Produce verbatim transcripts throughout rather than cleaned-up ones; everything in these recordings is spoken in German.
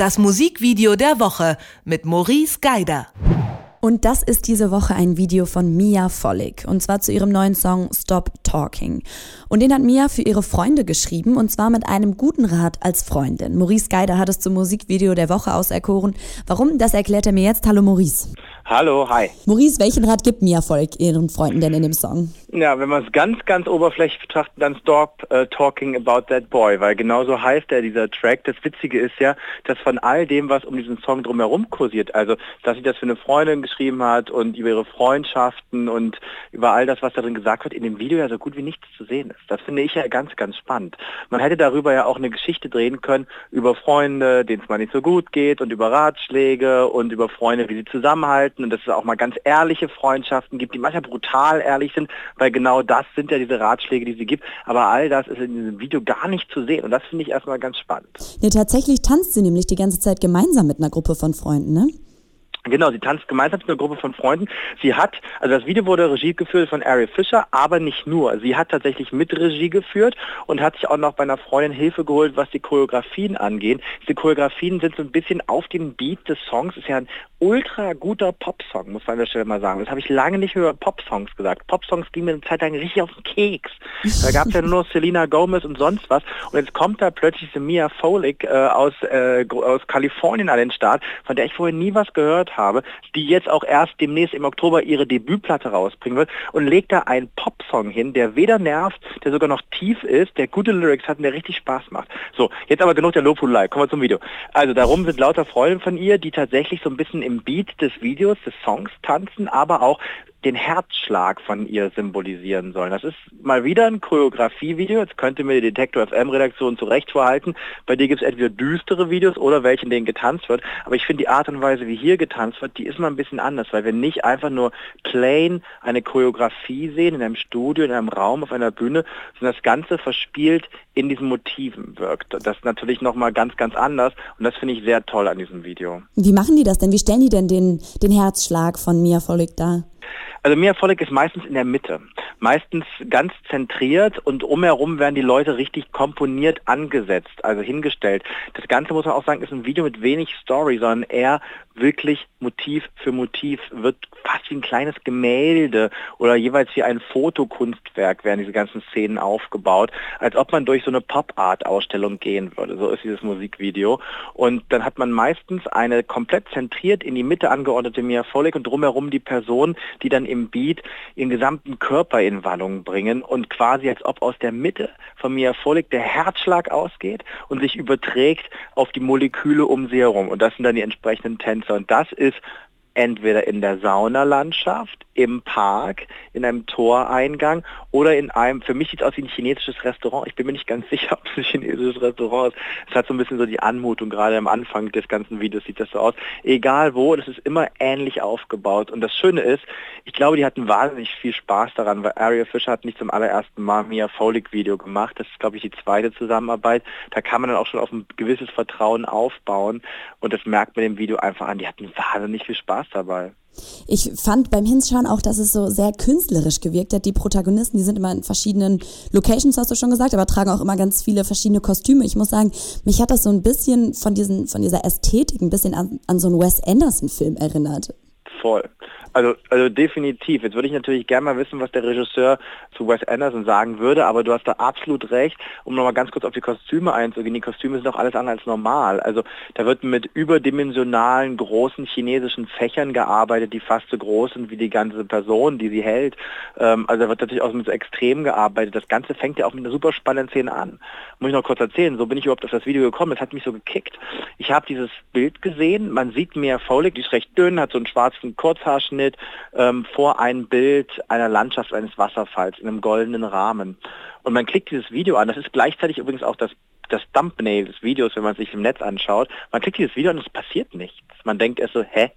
Das Musikvideo der Woche mit Maurice Geider. Und das ist diese Woche ein Video von Mia Vollig, und zwar zu ihrem neuen Song Stop Talking. Und den hat Mia für ihre Freunde geschrieben, und zwar mit einem guten Rat als Freundin. Maurice Geider hat es zum Musikvideo der Woche auserkoren. Warum, das erklärt er mir jetzt. Hallo Maurice. Hallo, hi. Maurice, welchen Rat gibt Mia Vollig ihren Freunden denn in dem Song? Ja, wenn man es ganz, ganz oberflächlich betrachtet, dann Stop uh, Talking About That Boy, weil genauso heißt er, dieser Track. Das Witzige ist ja, dass von all dem, was um diesen Song drumherum kursiert, also dass sie das für eine Freundin geschrieben hat und über ihre Freundschaften und über all das, was darin gesagt wird, in dem Video ja so gut wie nichts zu sehen ist. Das finde ich ja ganz, ganz spannend. Man hätte darüber ja auch eine Geschichte drehen können, über Freunde, denen es mal nicht so gut geht, und über Ratschläge und über Freunde, wie sie zusammenhalten, und dass es auch mal ganz ehrliche Freundschaften gibt, die manchmal brutal ehrlich sind, weil genau das sind ja diese Ratschläge, die sie gibt. Aber all das ist in diesem Video gar nicht zu sehen, und das finde ich erstmal ganz spannend. Nee, tatsächlich tanzt sie nämlich die ganze Zeit gemeinsam mit einer Gruppe von Freunden, ne? Genau, sie tanzt gemeinsam mit einer Gruppe von Freunden. Sie hat, also das Video wurde Regie geführt von Ari Fischer, aber nicht nur. Sie hat tatsächlich mit Regie geführt und hat sich auch noch bei einer Freundin Hilfe geholt, was die Choreografien angeht. Diese Choreografien sind so ein bisschen auf dem Beat des Songs. Ist ja ein ultra guter Popsong, muss man an der Stelle mal sagen. Das habe ich lange nicht mehr über Popsongs gesagt. Popsongs gingen mir eine Zeit lang richtig auf den Keks. Da gab es ja nur noch Selena Gomez und sonst was. Und jetzt kommt da plötzlich diese Mia Vollig äh, aus, äh, aus Kalifornien an den Start, von der ich vorher nie was gehört habe, die jetzt auch erst demnächst im Oktober ihre Debütplatte rausbringen wird, und legt da einen Popsong hin, der weder nervt, der sogar noch tief ist, der gute Lyrics hat und der richtig Spaß macht. So, jetzt aber genug der Lobhudelei, kommen wir zum Video. Also darum sind lauter Freunde von ihr, die tatsächlich so ein bisschen im Beat des Videos, des Songs tanzen, aber auch den Herzschlag von ihr symbolisieren sollen. Das ist mal wieder ein Choreografie-Video. Jetzt könnte mir die Detektor F M-Redaktion zu Recht vorhalten. Bei dir gibt es entweder düstere Videos oder welche, in denen getanzt wird. Aber ich finde die Art und Weise, wie hier getanzt wird, die ist mal ein bisschen anders, weil wir nicht einfach nur plain eine Choreografie sehen in einem Studio, in einem Raum, auf einer Bühne, sondern das Ganze verspielt in diesen Motiven wirkt. Das ist natürlich nochmal ganz, ganz anders, und das finde ich sehr toll an diesem Video. Wie machen die das denn? Wie stellen die denn den, den Herzschlag von Mia Vollig dar? Also Mia Vollig ist meistens in der Mitte, meistens ganz zentriert, und umherum werden die Leute richtig komponiert angesetzt, also hingestellt. Das Ganze, muss man auch sagen, ist ein Video mit wenig Story, sondern eher wirklich Motiv für Motiv, wird fast wie ein kleines Gemälde oder jeweils wie ein Fotokunstwerk werden diese ganzen Szenen aufgebaut, als ob man durch so eine Pop-Art-Ausstellung gehen würde. So ist dieses Musikvideo. Und dann hat man meistens eine komplett zentriert in die Mitte angeordnete Mia Vollig und drumherum die Person, die dann im Beat ihren gesamten Körper in Wallung bringen, und quasi als ob aus der Mitte von Mia Vollig der Herzschlag ausgeht und sich überträgt auf die Moleküle um sie herum. Und das sind dann die entsprechenden Tänze. Und das ist entweder in der Saunalandschaft, im Park, in einem Toreingang oder in einem, für mich sieht es aus wie ein chinesisches Restaurant. Ich bin mir nicht ganz sicher, ob es ein chinesisches Restaurant ist. Es hat so ein bisschen so die Anmutung, gerade am Anfang des ganzen Videos sieht das so aus. Egal wo, das ist immer ähnlich aufgebaut. Und das Schöne ist, ich glaube, die hatten wahnsinnig viel Spaß daran, weil Ari Fischer hat nicht zum allerersten Mal ein Mia Vollig Video gemacht. Das ist, glaube ich, die zweite Zusammenarbeit. Da kann man dann auch schon auf ein gewisses Vertrauen aufbauen, und das merkt man dem Video einfach an. Die hatten wahnsinnig viel Spaß dabei. Ich fand beim Hinschauen auch, dass es so sehr künstlerisch gewirkt hat. Die Protagonisten, die sind immer in verschiedenen Locations, hast du schon gesagt, aber tragen auch immer ganz viele verschiedene Kostüme. Ich muss sagen, mich hat das so ein bisschen von diesen, von dieser Ästhetik ein bisschen an, an so einen Wes Anderson-Film erinnert. Voll. Also, also definitiv. Jetzt würde ich natürlich gerne mal wissen, was der Regisseur zu Wes Anderson sagen würde, aber du hast da absolut recht. Um nochmal ganz kurz auf die Kostüme einzugehen, die Kostüme sind doch alles andere als normal. Also da wird mit überdimensionalen, großen chinesischen Fächern gearbeitet, die fast so groß sind wie die ganze Person, die sie hält. Ähm, also da wird natürlich auch mit so Extrem gearbeitet. Das Ganze fängt ja auch mit einer super spannenden Szene an. Muss ich noch kurz erzählen, so bin ich überhaupt auf das Video gekommen. Das hat mich so gekickt. Ich habe dieses Bild gesehen, man sieht Mia Vollig, die ist recht dünn, hat so einen schwarzen Kurzhaarschnitt, Ähm, vor ein Bild einer Landschaft eines Wasserfalls in einem goldenen Rahmen. Und man klickt dieses Video an, das ist gleichzeitig übrigens auch das, das Thumbnail des Videos, wenn man es sich im Netz anschaut. Man klickt dieses Video an und es passiert nichts. Man denkt erst so, hä?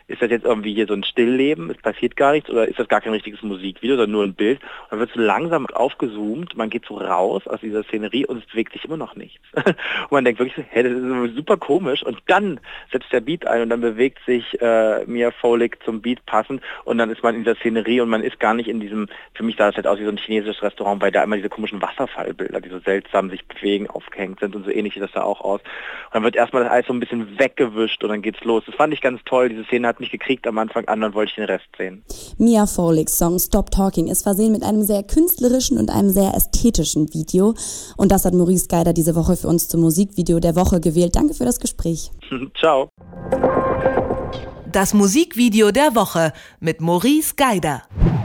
ist das jetzt irgendwie hier so ein Stillleben, es passiert gar nichts oder ist das gar kein richtiges Musikvideo, sondern nur ein Bild? Und dann wird so langsam aufgezoomt, man geht so raus aus dieser Szenerie und es bewegt sich immer noch nichts. Und man denkt wirklich so, hey, das ist super komisch. Und dann setzt der Beat ein und dann bewegt sich äh, Mia Folick zum Beat passend und dann ist man in dieser Szenerie und man ist gar nicht in diesem, für mich sah das halt aus wie so ein chinesisches Restaurant, weil da immer diese komischen Wasserfallbilder, die so seltsam sich bewegen, aufgehängt sind und so ähnlich sieht das da auch aus. Und dann wird erstmal das Eis so ein bisschen weggewischt und dann geht's los. Das fand ich ganz toll. Diese Szene hat mich gekriegt am Anfang an, dann wollte ich den Rest sehen. Mia Folicks Song Stop Talking ist versehen mit einem sehr künstlerischen und einem sehr ästhetischen Video. Und das hat Maurice Geider diese Woche für uns zum Musikvideo der Woche gewählt. Danke für das Gespräch. Ciao. Das Musikvideo der Woche mit Maurice Geider.